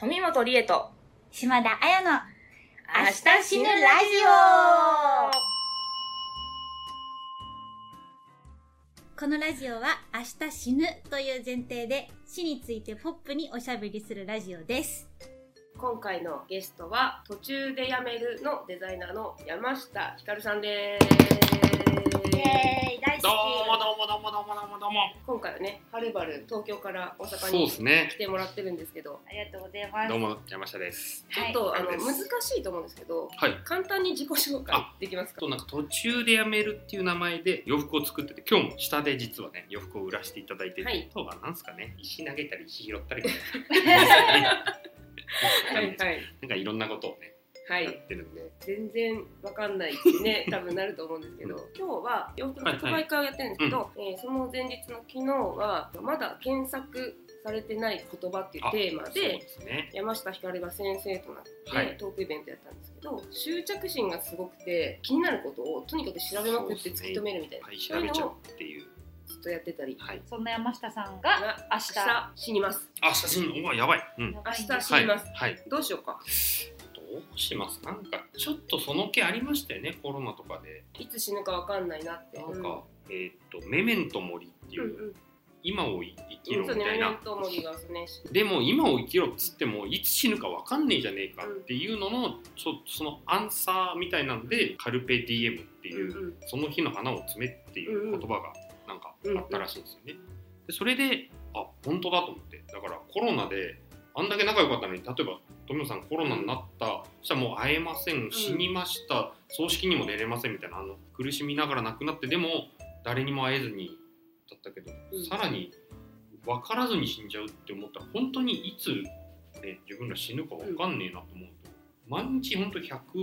富本理恵と島田彩の明日死ぬラジこのラジオは明日死ぬという前提で死についてポップにおしゃべりするラジオです。 オ。今回のゲストは途中で辞めるのデザイナーの山下ひかるさんです。 イエーイ、大好き。 どうもどうもどうもどうもどうもどうも。 今回はね、はるばる東京から大阪そうにですね来。てもらってるんですけど、 ありがとうございます。 どうも山下です。 ちょっと、 はい難しいと思うんですけど、 はい。 簡単に自己紹介できますか？ なんか途中で辞めるっていう名前で洋服を作ってて、今日も下で実はね洋服を売らせていただいてる。 はい。 そうはなんすかね、石投げたり石拾ったりみたいな。 はいはいなんかいろんなことをねはいやってるんで。 全然わかんないってね多分なると思うんですけど、今日は洋服の特売会をやってるんですけど、その前日の昨日はまだ検索されてない言葉っていうテーマそうでですね。 山下ひかるが先生となってはいトークイベントやったんですけど、執着心がすごくて気になることをとにかく調べまくって突き止めるみたいな、 はい、調べちゃうっていう。 ずっとやってたり、 はい。 そんな山下さんが明日死にます。 あ、写真、うわやばい。うん。 明日死はいにます。 はい。 どうしようか。 どうします？なんかちょっとその気ありましたよね、コロナとかで。 いつ死ぬかわかんないなって。 なんか、メメントモリっていう、 うん今を生きろみそうね、 たいな。 メメントモリがね。 でも今を生きろっつってもいつ死ぬか分かんねえじゃねえかっていうののそのアンサーみたいなんでカルペディエムっていう、その日の花を摘めっていう言葉がなんかあったらしいんですよね。でそれで本当だと思って、だからコロナであんだけ仲良かったのに、例えば富野さんコロナになった、そしたらもう会えません、死にました、葬式にも出れませんみたいな、苦しみながら亡くなってでも誰にも会えずにだったけど、さらに分からずに死んじゃうって思ったら本当にいつ、ね、自分ら死ぬか分かんねえなと思うと、毎日本当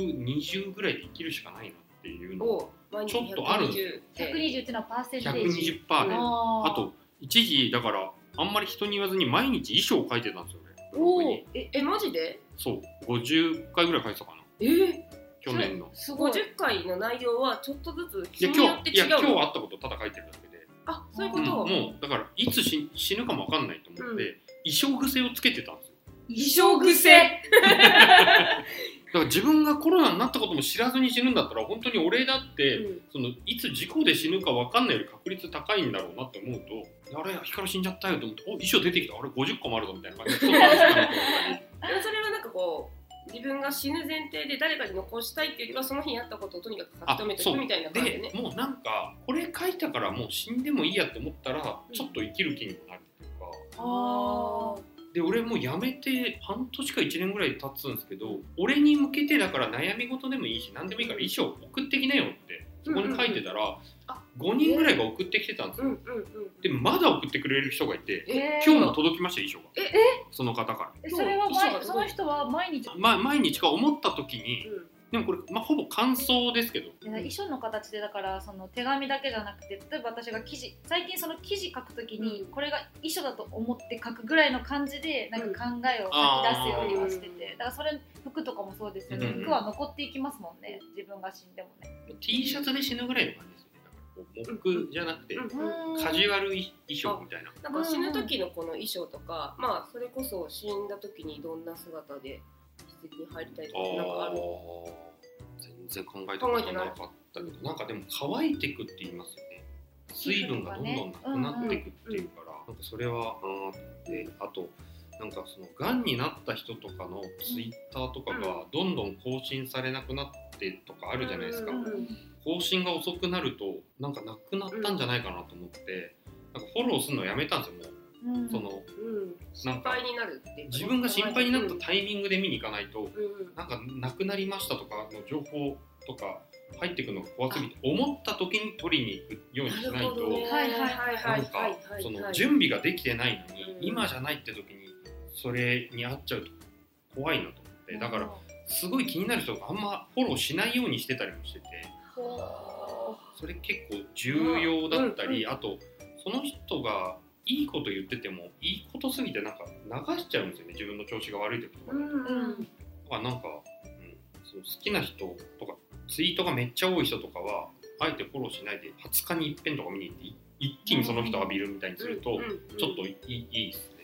120ぐらいで生きるしかないなっていうのをちょっとあるんですよ。 120っていうのはパーセンテージ。 120%で、 あと一時だからあんまり人に言わずに毎日遺書を書いてたんですよね。 おマジで？ そう50回ぐらい書いてたかな、去年の。 すごい。50回の内容はちょっとずついや日によって違うの。 今日あったことただ書いてるだけで、 そういうことを、 もうだからいつ死ぬかも分かんないと思って、衣装癖をつけてたんですよ。 衣装癖だから自分がコロナになったことも知らずに死ぬんだったら本当に俺だって、そのいつ事故で死ぬか分かんないより確率高いんだろうなって思うと、あれ光死んじゃったよと思って、衣装出てきた、あれ50個もあるぞみたいな感じでそれはなんかこう自分が死ぬ前提で誰かに残したいっていうよりはその日にあったことをとにかく書き留めていくみたいな感じでね。 でもうなんかこれ書いたからもう死んでもいいやって思ったらちょっと生きる気にもなるっていうか。で俺もう辞めて半年か1年ぐらい経つんですけど、俺に向けてだから悩み事でもいいし何でもいいから遺書送ってきなよってそこに書いてたら、5人ぐらいが送ってきてたんですよ。でまだ送ってくれる人がいて、今日も届きました遺書が。その方から。 それはその人は毎日毎日か思った時に、でもこれ、ほぼ感想ですけど、 遺書の形でだからその手紙だけじゃなくて、例えば私が最近その記事書くときにこれが遺書だと思って書くぐらいの感じでなんか考えを書き出すようにはしてて、だからそれ服とかもそうですよね、服は残っていきますもんね、自分が死んでもね。 T シャツで死ぬぐらいの感じですよね。だから喪服じゃなくてカジュアル衣装みたいな。 なんか死ぬ時のこの衣装とか、それこそ死んだ時にどんな姿で棺に入りたいとかなんかある？ 全然考えたことなかったけど、なんかでも乾いていくって言いますよね。水分がどんどんなくなっていくっていうから、なんかそれはで、あとなんかそのがんになった人とかのツイッターとかがどんどん更新されなくなってとかあるじゃないですか。更新が遅くなるとなんかなくなったんじゃないかなと思って、なんかフォローするのやめたんですよ。もうその心配になるって自分が心配になったタイミングで見に行かないと、なんか亡くなりましたとかの情報とか入ってくるのが怖すぎて、思った時に取りに行くようにしないと、なんかその準備ができてないのに今じゃないって時にそれに遭っちゃうと怖いなと思って、だからすごい気になる人があんまフォローしないようにしてたりもしてて、それ結構重要だったり、あとその人がいいこと言っててもいいことすぎてなんか流しちゃうんですよね、自分の調子が悪い時とかだからなんか、その好きな人とかツイートがめっちゃ多い人とかはあえてフォローしないで20日に一遍とか見に行って一気にその人を浴びるみたいにするとちょっといいですね。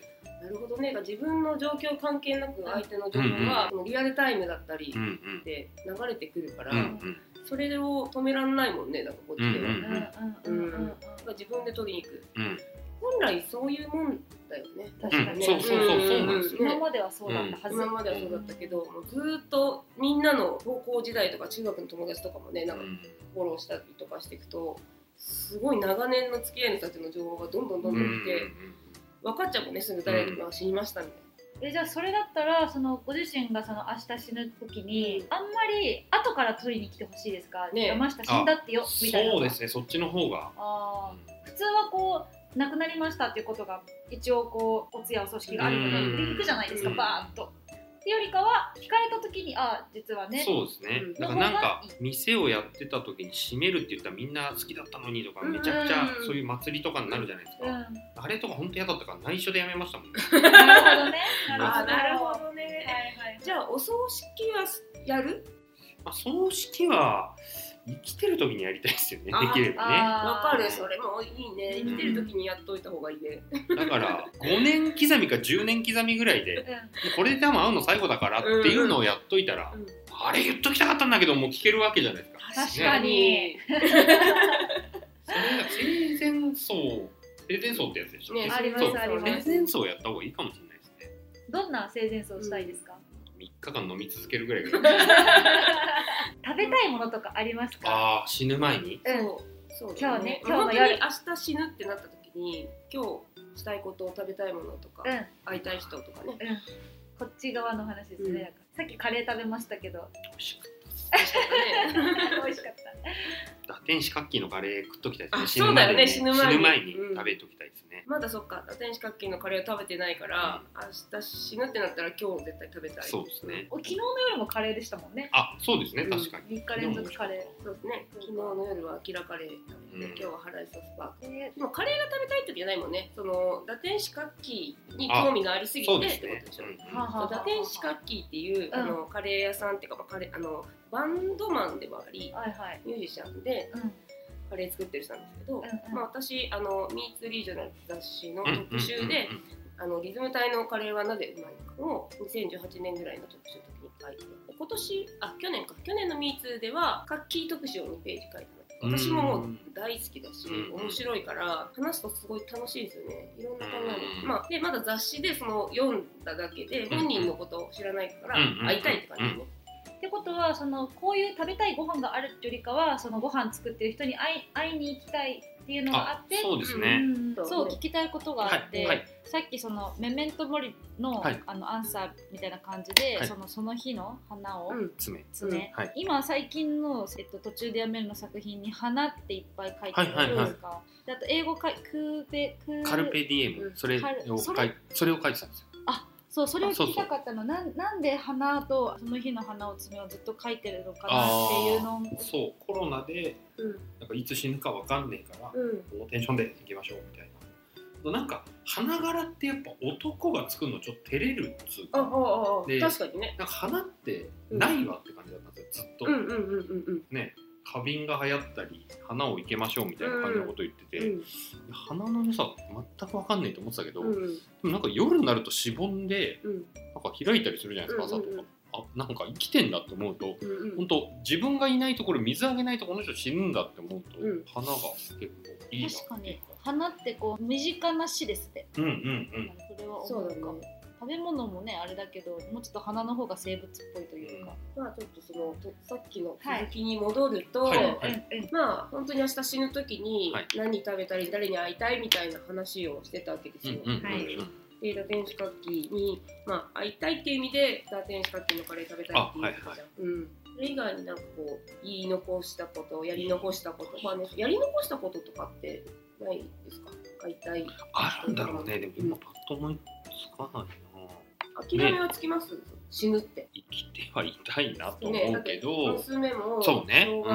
なるほどね。自分の状況関係なく相手の情報がリアルタイムだったりで流れてくるから、それを止めらんないもんね、なんかこっちでは。自分で取りに行く。本来そういうもんだよね。 確かに。 そうなんですよ。 今まではそうだったはず。 今まではそうだったけど、もうずっとみんなの高校時代とか中学の友達とかもね、なんかフォローしたりとかしていくと、すごい長年の付き合いの人たちの情報がどんどん来て、分かっちゃうもんね、すぐ誰かが死にましたみたいな。 じゃあそれだったらご自身が明日死ぬ時にあんまり後から取りに来てほしいですか、山下死んだってよみたいな。 そうですね、そっちの方が。 普通はこう亡くなりましたっていうことが一応こうお通夜お葬式があるので行くじゃないですか、バーッと。っていうよりかは聞かれた時に実はね。 そうですね。だからなんか店をやってた時に閉めるって言ったらみんな好きだったのにとかめちゃくちゃそういう祭りとかになるじゃないですか。あれとか本当嫌だったから内緒でやめましたもんね。 なるほどね。 なるほどね。じゃあお葬式はやる？ 葬式は生きてる時にやりたいですよね、できればね。 わかる、それもいいね。生きてる時にやっといた方がいいね。 だから5年刻みか10年刻みぐらいで、これで多分会うの最後だからっていうのをやっといたら、あれ言っときたかったんだけどもう聞けるわけじゃないですか。 確かに。 それが生前葬ってやつでしょ。 ありますあります。 生前葬やった方がいいかもしれないですね。 どんな生前葬したいですか ？3日間飲み続けるぐらい食べたいものとかありますか？ 死ぬ前に？ そう今日ね、 今日の夜明日死ぬってなった時に今日したいことを食べたいものとか、会いたい人とかね、 こっち側の話ですね。さっきカレー食べましたけど美味しかった美味しかった。 打天使カッキーのカレー食っときたいですね。 そうだよね、死ぬ前に食べときたいですね。 まだそっか、打天使カッキーのカレーを食べてないから、明日死ぬってなったら今日絶対食べたい。 そうですね。 昨日の夜もカレーでしたもんね。 そうですね、確かに。 3日連続カレー。 そうですね。昨日の夜はアキラカレー食べて、今日はハライソースパーク。でもカレーが食べたいってじゃないもんね。打天使カッキーに興味がありすぎてってことでしょ。打天使カッキーっていうカレー屋さんっていうかバンドマンでもあり、ミュージシャンでカレー作ってる人なんですけど、私ミーツリージョナル雑誌の特集でリズム隊のカレーはなぜうまいのかを2018年ぐらいの特集の時に書いて、去年のミーツではカッキー特集を2ページ書いたの。私ももう大好きだし、面白いから話すとすごい楽しいですよね。いろんな考えでまだ雑誌で読んだだけで本人のことを知らないから会いたいって感じね。 ってことはこういう食べたいご飯があるってよりかはご飯作ってる人に会いに行きたいっていうのがあって、 そうですね。 そう聞きたいことがあって、さっきメメントモリのアンサーみたいな感じでその日の花を爪、今最近の途中でやめるの作品に花っていっぱい書いてあるんですか？あと英語カルペディエム、それを書いてたんですよ。そう、それを聞きたかったの。なんで花とその日の花を爪をずっと書いてるのかなっていうの。 そう、コロナでなんかいつ死ぬかわかんねえから、このテンションでいきましょうみたいな。なんか花柄ってやっぱ男が作るのちょっと照れるっつうか。 で、確かにね。 なんか花ってないわって感じだったんですよ、ずっと。ね。花瓶が流行ったり花を生けましょうみたいな感じのことを言ってて、花の良さ全く分かんないと思ってたけど、でもなんか夜になるとしぼんで、なんか開いたりするじゃないですか、朝とか。なんか生きてんだって思うと、本当自分がいないところ水あげないとこの人死ぬんだって思うと、花が結構いいな。 確かに花って身近な死ですね。それはそうだね。食べ物もねあれだけど、もうちょっと花の方が生物っぽいというか、 ちょっとさっきの続きに戻ると、本当に明日死ぬ時に何食べたり誰に会いたいみたいな話をしてたわけですよ。で、打天使カッキーに会いたいっていう意味で打天使カッキーのカレー食べたいっていうじゃん。それ以外になんか言い残したこと、やり残したこと、やり残したこととかってないですか？会いたい。 あるんだろうね。でも今パッと思いつかないな。 諦めはつきます？死ぬって生きてはいたいなと思うけど、 娘も小学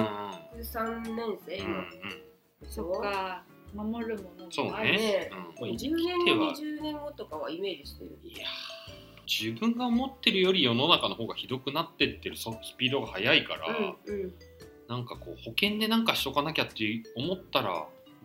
3年生今。 そっか、守るものそうね。10年後20年後とかはイメージしてる。 いや自分が思ってるより世の中の方がひどくなってってるスピードが速いから、なんか保険でなんかしとかなきゃって思ったら我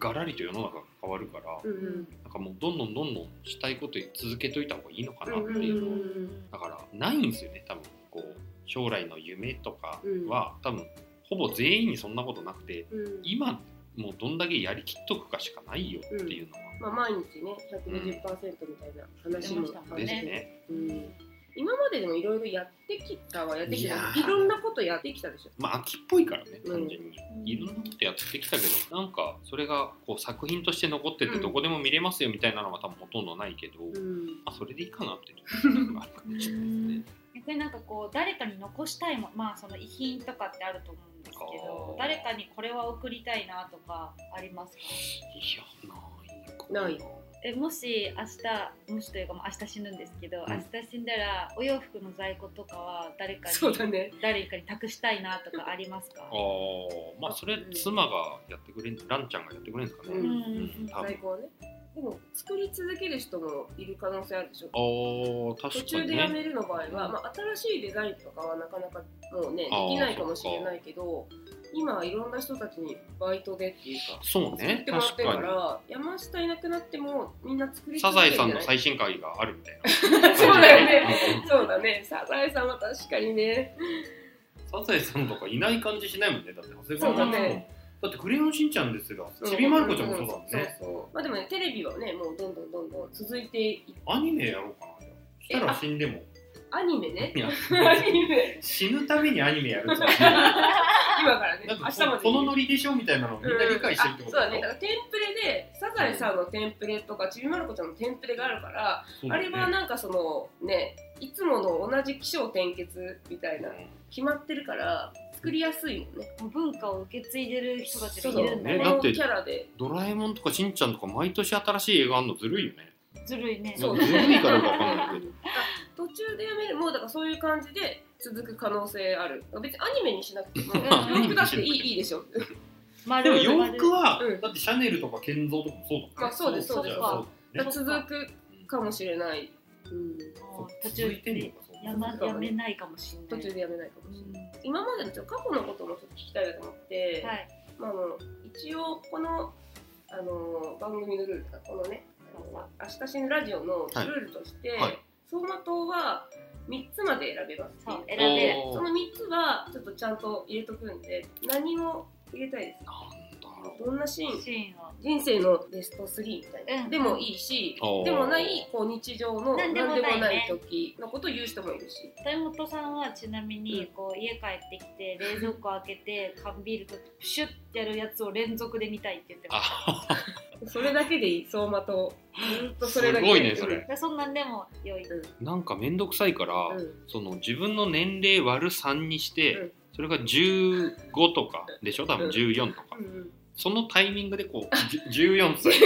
ガラリと世の中が変わるから、なんかもうどんどんしたいこと続けといた方がいいのかなっていうのを、だからないんですよね多分こう将来の夢とかは、多分ほぼ全員にそんなことなくて、今もうどんだけやりきっとくかしかないよっていうのは、 毎日ね 120% みたいな話もですね。 今まででもいろいろやってきたはいろんなことやってきたでしょ。 秋っぽいからね単純に、いろんなことやってきたけど、なんかそれがこう作品として残っててどこでも見れますよみたいなのは多分ほとんどないけど、それでいいかなっていうのがあるかもしれないですね。 逆になんかこう誰かに残したいもその遺品とかってあると思うんですけど、誰かにこれは送りたいなとかありますか？ いやないもし明日というか明日死ぬんですけど、明日死んだらお洋服の在庫とかは誰かに託したいなとかありますか？ それ妻がやってくれる、ランちゃんがやってくれるんですかね。 在庫はね。でも作り続ける人もいる可能性あるでしょ。 確かにね。 途中でやめるの場合は、新しいデザインとかはなかなかもうねできないかもしれないけど、今はいろんな人たちにバイトでっていうかそうね、 作ってもらってるから、山下いなくなってもみんな作り続けるんじゃない？サザエさんの最新回があるみたいな。 そうだよね。そうだね。サザエさんは確かにね。 サザエさんとかいない感じしないもんね。だって長谷川さんも。だってクレヨンしんちゃんですが、ちびまる子ちゃんもそうだもんね。 でもね、テレビはね、もうどんどん続いていって。 アニメやろうかな。したら死んでも。 アニメね。 アニメ。死ぬためにアニメやるって。 今からね。明日まで。 このノリでしょみたいなのをみんな理解してるってことそうだね。だからテンプレでサザエさんのテンプレとかちびまる子ちゃんのテンプレがあるから、あれはなんかそのね、いつもの同じ起承転結みたいな決まってるから。作りやすいもんね。 文化を受け継いでる人たちがいるんだね。 だってキャラでドラえもんとかしんちゃんとか毎年新しい映画あるのずるいよね。 ずるいね。 ずるいからか分かんないけど。 途中でやめる、もうだからそういう感じで続く可能性ある。別にアニメにしなくても洋服だっていいでしょ。 でも洋服はだってシャネルとかケンゾーとかもそうだもんね。 そうですそうです。続くかもしれない。 途中でやめないかもしれない。 途中でやめないかもしれない。今までの過去のこともちょっと聞きたいなと思って、一応この番組のルールこのね、明日死ぬラジオのルールとして、走馬灯は3つまで選べます。選べる。その3つはちょっとちゃんと入れとくんで、何を入れたいですか？どんなシーン人生のベスト3みたいな、でもいいし、でもないこう日常の何でもない時のことを言う人もいるし。 豊本さんはちなみにこう家帰ってきて冷蔵庫開けて缶ビールとプシュッてやるやつを連続で見たいって言ってました。それだけでいい。走馬灯ずっとそれだけ。 すごいねそれ。 そんなんでも良い。 なんかめんどくさいから、その自分の年齢割る3にして、それが15とかでしょ、多分14とか。そのタイミングでこう14歳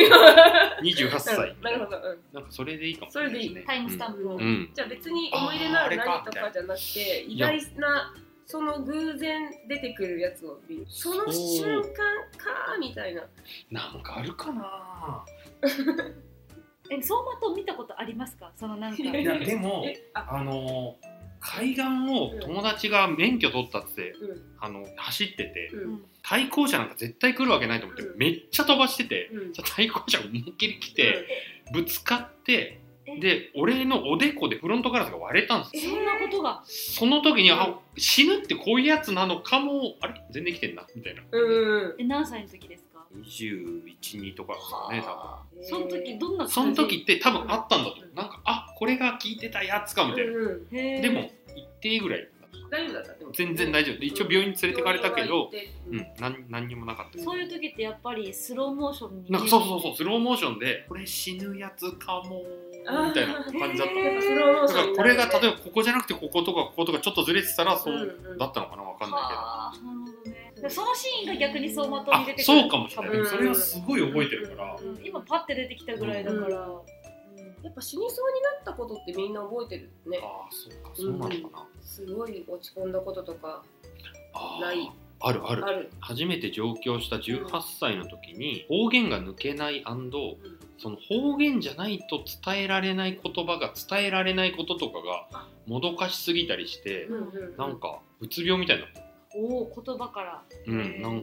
28歳なるほど、 なんかそれでいいかもしれないですね。 タイムスタンプを、 じゃあ別に思い出のある何とかじゃなくて意外なその偶然出てくるやつを見る、その瞬間かみたいな。 なんかあるかな。 走馬灯見たことありますか？そのなんか。いやでも海岸を友達が免許取ったって走ってて、対向車なんか絶対来るわけないと思ってめっちゃ飛ばしてて、対向車が思いっきり来てぶつかって、で俺のおでこでフロントガラスが割れたんですよ。 そんなことが。 その時に死ぬってこういうやつなのかも、あれ全然生きてんなみたいな。 何歳の時ですか ？21、2とかですかね多分。その時どんな感じ？ その時って多分あったんだと思う。なんかこれが聞いてたやつかみたいな。でも一定ぐらい。 大丈夫だった？ 全然大丈夫で、一応病院に連れてかれたけど、何にもなかった。 そういう時ってやっぱりスローモーションになんかそうスローモーションでこれ死ぬやつかもみたいな感じだった。だからこれが例えばここじゃなくてこことかこことかちょっとずれてたらそうだったのかな、分かんないけど。そのシーンが逆に走馬灯に出てくる。 そうかもしれない。それはすごい覚えてるから。 今パッて出てきたぐらいだから。 やっぱ死にそうになったことってみんな覚えてるね。 そうなのかな。 すごい落ち込んだこととかない？ ある。初めて上京した18歳の時に方言が抜けない&その方言じゃないと伝えられない言葉が伝えられないこととかがもどかしすぎたりして、なんかうつ病みたいな。 言葉から。 なんか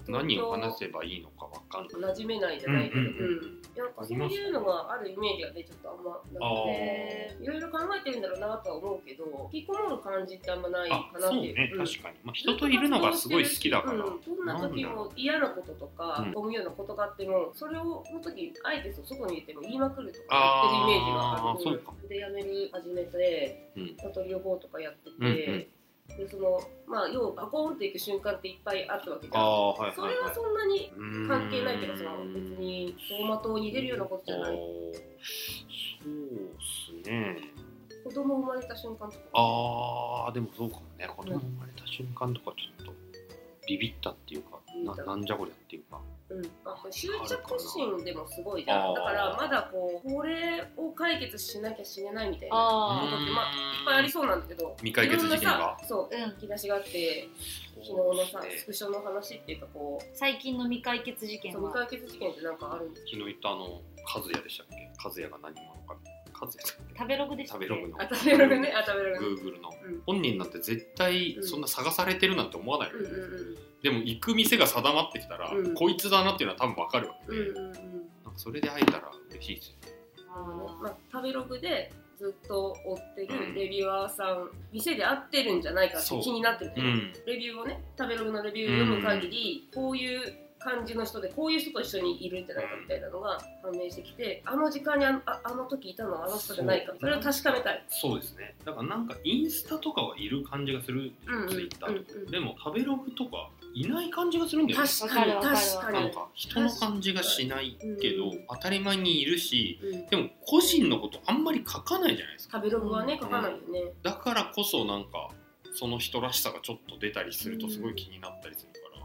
何を話せばいいのか分かんない、 馴染めないじゃないけど、なんかそういうのがあるイメージがねちょっとあんまなくて、いろいろ考えてるんだろうなとは思うけど、引きこもる感じってあんまないかなっていう。 そうね、確かに、人といるのがすごい好きだから、 どんな時も嫌なこととか思うようなことがあっても、それをその時あえて外にいても言いまくるとか言ってるイメージがある。 そうか。 で辞める始めて、里旅行とかやってて、でその要はバコーンっていく瞬間っていっぱいあったわけじゃん。それはそんなに関係ないけどさ、別に走馬灯に出るようなことじゃない。 そうですね。 子供生まれた瞬間とか。 でもそうかもね。子供生まれた瞬間とかちょっとビビったっていうか、なんじゃこりゃっていうか。 執着心でもすごいじゃん。だからまだこれを解決しなきゃ死ねないみたいなことっていっぱいありそうなんだけど、 未解決事件が引き出しがあって、昨日のさスクショの話っていうか最近の未解決事件は、 未解決事件ってなんかあるんですか？ 昨日言った和也でしたっけ？和也が何者か。 食べログでしたっけ？ 食べログの食べログね、 Google の本人なんて絶対そんな探されてるなんて思わないよね。でも行く店が定まってきたらこいつだなっていうのは多分分かるわけで、なんかそれで会えたら嬉しいですよね。 食べログでずっと追ってるレビュアーさん、店で合ってるんじゃないかって気になってる、レビューをね、食べログのレビューを読む限りこういう感じの人でこういう人と一緒にいるんじゃないかみたいなのが判明してきて、あの時間にあの時いたのはあの人じゃないか、それを確かめたい。 そうですね。だからなんかインスタとかはいる感じがする、ツイッターとかでも食べログとかいない感じがするんだよね。 確かになんか人の感じがしないけど当たり前にいるし、でも個人のことあんまり書かないじゃないですか。 食べログはね書かないよね。 だからこそなんかその人らしさがちょっと出たりするとすごい気になったりするから。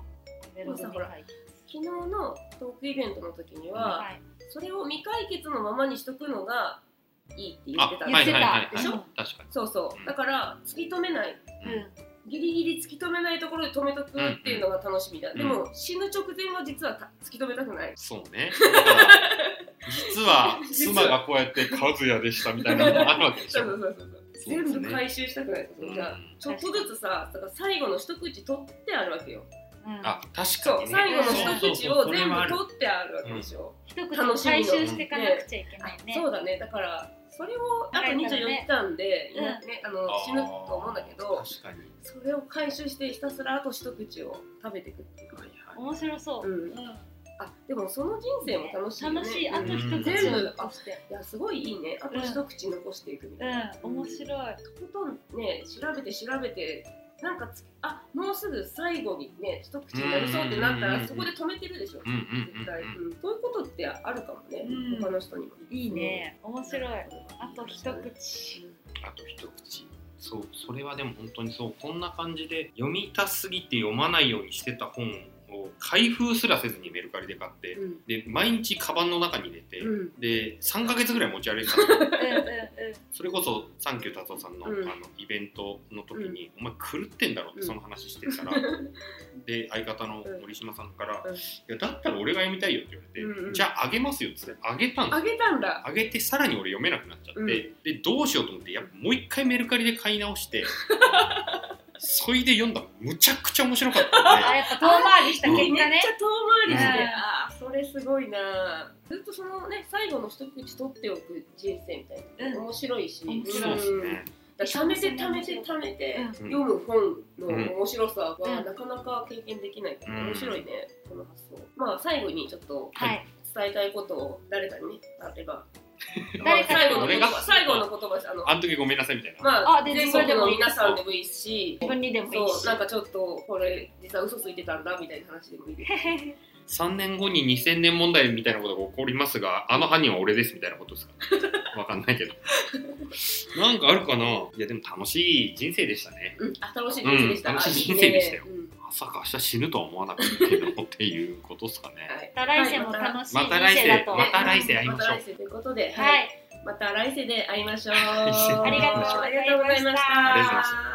昨日のトークイベントの時には、それを未解決のままにしとくのがいいって言ってたでしょ。 確かに。 そうだから突き止めない、ギリギリ突き止めないところで止めとくっていうのが楽しみだ。でも死ぬ直前は実は突き止めたくない。 そうね。実は妻がこうやって和也でしたみたいなのがあるわけでしょ。 全部回収したくない。ちょっとずつさ、最後の一口取ってあるわけよ。 確かにね。 最後の一口を全部取ってあるわけでしょ。 一口回収していかなくちゃいけないね。 そうだね。だからそれをあと24時間で死ぬと思うんだけど、それを回収してひたすらあと一口を食べていくっていう。 面白そう。 でもその人生も楽しいよね。 楽しい。あと一口全部残して。いやすごいいいね。あと一口残していくみたいな。 面白い。 とことんね調べて。なんかもうすぐ最後にね一口になりそうってなったらそこで止めてるでしょ。絶対。そういうことってあるかもね。他の人にも。 いいね。面白い。あと一口。 それはでも本当にそう。こんな感じで読みたすぎて読まないようにしてた本を開封すらせずにメルカリで買って、で毎日カバンの中に入れて、で3ヶ月ぐらい持ち歩いてたの。それこそサンキュー達夫さんの、イベントの時に、お前狂ってんだろってその話してたら、で相方の森島さんから、いやだったら俺が読みたいよって言われて、じゃああげますよって言ってあげたんですよ。あげてさらに俺読めなくなっちゃって、でどうしようと思ってやっぱもう一回メルカリで買い直してそれで読んだらむちゃくちゃ面白かったんで。 やっぱ遠回りした結果ね。 めっちゃ遠回りして、それすごいな。ずっとそのね最後の一口取っておく人生みたいな、面白いし。 面白いですね。 貯めて読む本の面白さはなかなか経験できないから面白いね、この発想。最後にちょっと伝えたいことを誰かにねあれば。最後の言葉あの時ごめんなさいみたいな。 全国の皆さんでもいいし、 自分にでもいいし、 なんかちょっとこれ実は嘘ついてたんだみたいな話でもいいですし。 3年後に2000年問題みたいなことが起こりますが、あの犯人は俺ですみたいなことですか？わかんないけど。なんかあるかな。いやでも楽しい人生でしたね。 楽しい人生でした。 楽しい人生でしたよ。まさか明日死ぬとは思わなかったけどっていうことですかね。 また来世も楽しい人生だと。 また来世会いましょう。 また来世ということで、 はい。 また来世で会いましょう。 ありがとうございました。